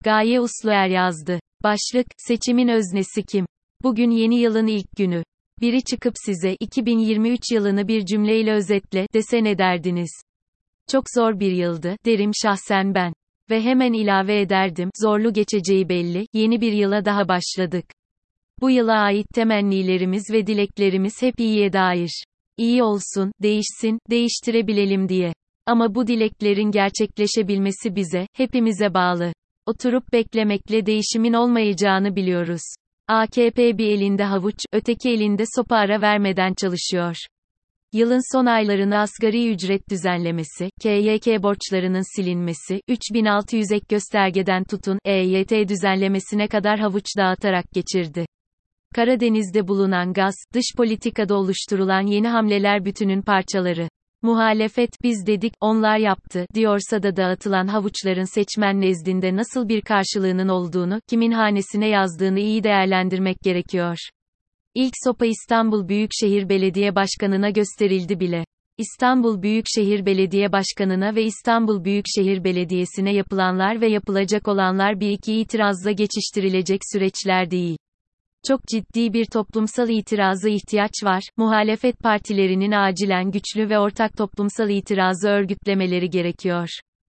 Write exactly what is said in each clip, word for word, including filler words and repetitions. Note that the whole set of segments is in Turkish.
Gaye Usluer yazdı. Başlık, seçimin öznesi kim? Bugün yeni yılın ilk günü. Biri çıkıp size, iki bin yirmi üç yılını bir cümleyle özetle, dese ne derdiniz? Çok zor bir yıldı, derim şahsen ben. Ve hemen ilave ederdim, zorlu geçeceği belli, yeni bir yıla daha başladık. Bu yıla ait temennilerimiz ve dileklerimiz hep iyiye dair. İyi olsun, değişsin, değiştirebilelim diye. Ama bu dileklerin gerçekleşebilmesi bize, hepimize bağlı. Oturup beklemekle değişimin olmayacağını biliyoruz. A K P bir elinde havuç, öteki elinde sopa ara vermeden çalışıyor. Yılın son aylarını asgari ücret düzenlemesi, K Y K borçlarının silinmesi, üç bin altı yüz ek göstergeden tutun, E Y T düzenlemesine kadar havuç dağıtarak geçirdi. Karadeniz'de bulunan gaz, dış politikada oluşturulan yeni hamleler bütünün parçaları. Muhalefet, biz dedik, onlar yaptı, diyorsa da dağıtılan havuçların seçmen nezdinde nasıl bir karşılığının olduğunu, kimin hanesine yazdığını iyi değerlendirmek gerekiyor. İlk sopa İstanbul Büyükşehir Belediye Başkanı'na gösterildi bile. İstanbul Büyükşehir Belediye Başkanı'na ve İstanbul Büyükşehir Belediyesi'ne yapılanlar ve yapılacak olanlar bir iki itirazla geçiştirilecek süreçler değil. Çok ciddi bir toplumsal itiraza ihtiyaç var, muhalefet partilerinin acilen güçlü ve ortak toplumsal itirazı örgütlemeleri gerekiyor.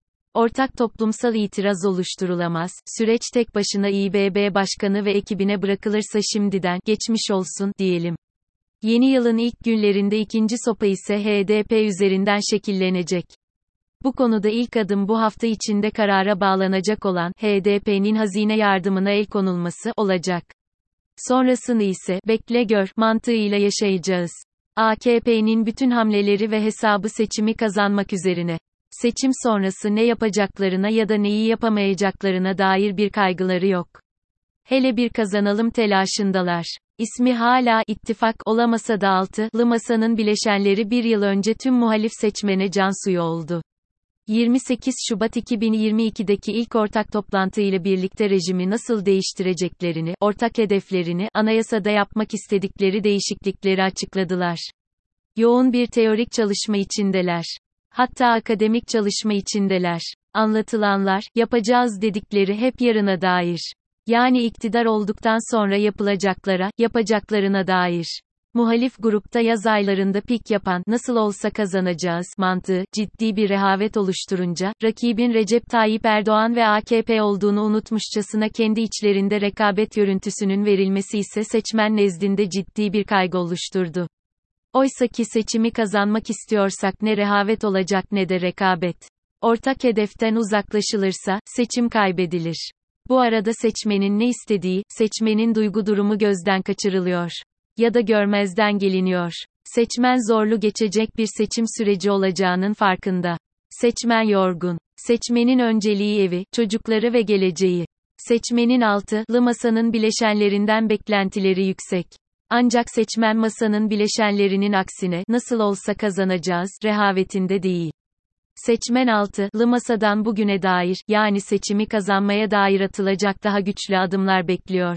Ortak toplumsal itiraz oluşturulamaz, süreç tek başına İ B B Başkanı ve ekibine bırakılırsa şimdiden, geçmiş olsun, diyelim. Yeni yılın ilk günlerinde ikinci sopa ise H D P üzerinden şekillenecek. Bu konuda ilk adım bu hafta içinde karara bağlanacak olan, H D P'nin hazine yardımına el konulması, olacak. Sonrasını ise, bekle gör, mantığıyla yaşayacağız. A K P'nin bütün hamleleri ve hesabı seçimi kazanmak üzerine. Seçim sonrası ne yapacaklarına ya da neyi yapamayacaklarına dair bir kaygıları yok. Hele bir kazanalım telaşındalar. İsmi hala ittifak olamasa da altılı masanın bileşenleri bir yıl önce tüm muhalif seçmene can suyu oldu. yirmi sekiz Şubat iki bin yirmi iki'deki ilk ortak toplantıyla birlikte rejimi nasıl değiştireceklerini, ortak hedeflerini, anayasada yapmak istedikleri değişiklikleri açıkladılar. Yoğun bir teorik çalışma içindeler. Hatta akademik çalışma içindeler. Anlatılanlar, yapacağız dedikleri hep yarına dair. Yani iktidar olduktan sonra yapılacaklara, yapacaklarına dair. Muhalif grupta yaz aylarında pik yapan, nasıl olsa kazanacağız, mantığı, ciddi bir rehavet oluşturunca, rakibin Recep Tayyip Erdoğan ve A K P olduğunu unutmuşçasına kendi içlerinde rekabet görüntüsünün verilmesi ise seçmen nezdinde ciddi bir kaygı oluşturdu. Oysaki seçimi kazanmak istiyorsak ne rehavet olacak ne de rekabet. Ortak hedeften uzaklaşılırsa, seçim kaybedilir. Bu arada seçmenin ne istediği, seçmenin duygu durumu gözden kaçırılıyor. Ya da görmezden geliniyor. Seçmen zorlu geçecek bir seçim süreci olacağının farkında. Seçmen yorgun. Seçmenin önceliği evi, çocukları ve geleceği. Seçmenin altılı masanın bileşenlerinden beklentileri yüksek. Ancak seçmen masanın bileşenlerinin aksine, nasıl olsa kazanacağız, rehavetinde değil. Seçmen altılı masadan bugüne dair, yani seçimi kazanmaya dair atılacak daha güçlü adımlar bekliyor.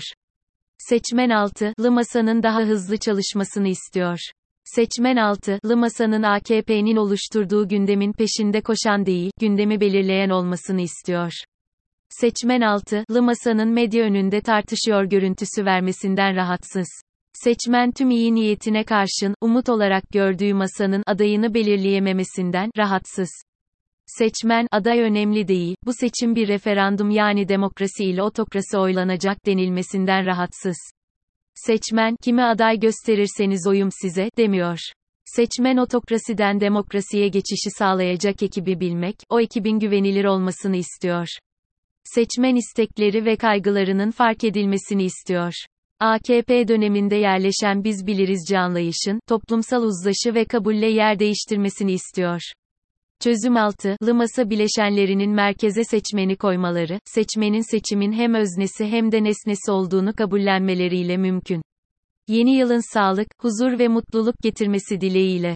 Seçmen altılı masanın daha hızlı çalışmasını istiyor. Seçmen altılı masanın A K P'nin oluşturduğu gündemin peşinde koşan değil, gündemi belirleyen olmasını istiyor. Seçmen altılı masanın medya önünde tartışıyor görüntüsü vermesinden rahatsız. Seçmen tüm iyi niyetine karşın, umut olarak gördüğü masanın adayını belirleyememesinden rahatsız. Seçmen, aday önemli değil, bu seçim bir referandum yani demokrasi ile otokrasi oylanacak denilmesinden rahatsız. Seçmen, kimi aday gösterirseniz oyum size, demiyor. Seçmen otokrasiden demokrasiye geçişi sağlayacak ekibi bilmek, o ekibin güvenilir olmasını istiyor. Seçmen istekleri ve kaygılarının fark edilmesini istiyor. A K P döneminde yerleşen biz biliriz anlayışın, toplumsal uzlaşı ve kabulle yer değiştirmesini istiyor. Çözüm altılı masa bileşenlerinin merkeze seçmeni koymaları, seçmenin seçimin hem öznesi hem de nesnesi olduğunu kabullenmeleriyle mümkün. Yeni yılın sağlık, huzur ve mutluluk getirmesi dileğiyle.